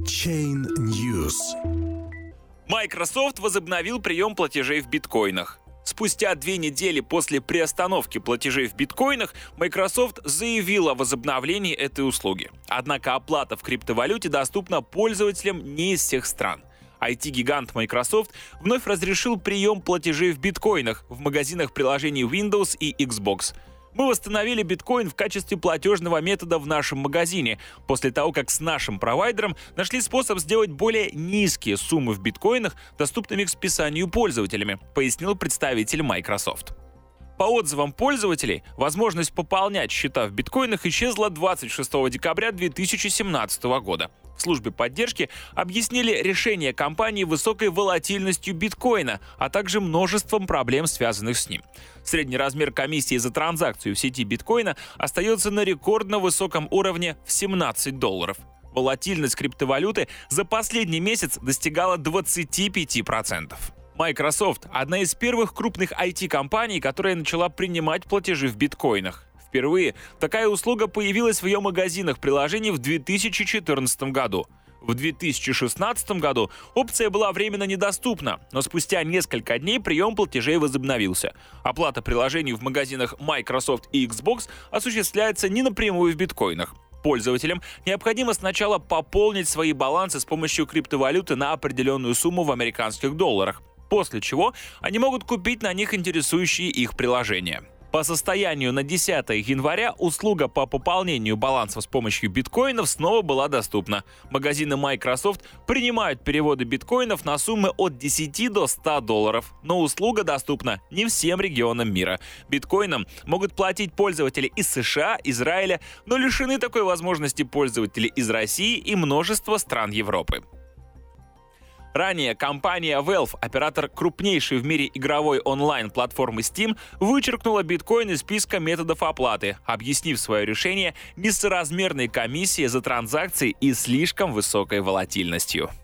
Chain News. Microsoft возобновил прием платежей в биткоинах. Спустя 2 недели после приостановки платежей в биткоинах Microsoft заявил о возобновлении этой услуги. Однако оплата в криптовалюте доступна пользователям не из всех стран. IT-гигант Microsoft вновь разрешил прием платежей в биткоинах в магазинах приложений Windows и Xbox. Мы восстановили биткоин в качестве платежного метода в нашем магазине, после того, как с нашим провайдером нашли способ сделать более низкие суммы в биткоинах доступными к списанию пользователями, пояснил представитель Microsoft. По отзывам пользователей, возможность пополнять счета в биткоинах исчезла 26 декабря 2017 года. В службе поддержки объяснили решение компании высокой волатильностью биткоина, а также множеством проблем, связанных с ним. Средний размер комиссии за транзакцию в сети биткоина остается на рекордно высоком уровне в $17. Волатильность криптовалюты за последний месяц достигала 25%. Microsoft – одна из первых крупных IT-компаний, которая начала принимать платежи в биткоинах. Впервые такая услуга появилась в ее магазинах приложений в 2014 году. В 2016 году опция была временно недоступна, но спустя несколько дней прием платежей возобновился. Оплата приложений в магазинах Microsoft и Xbox осуществляется не напрямую в биткоинах. Пользователям необходимо сначала пополнить свои балансы с помощью криптовалюты на определенную сумму в американских долларах, после чего они могут купить на них интересующие их приложения. По состоянию на 10 января услуга по пополнению баланса с помощью биткоинов снова была доступна. Магазины Microsoft принимают переводы биткоинов на суммы от 10 до $100, но услуга доступна не всем регионам мира. Биткоином могут платить пользователи из США, Израиля, но лишены такой возможности пользователи из России и множества стран Европы. Ранее компания Valve, оператор крупнейшей в мире игровой онлайн-платформы Steam, вычеркнула биткоин из списка методов оплаты, объяснив свое решение несоразмерной комиссией за транзакции и слишком высокой волатильностью.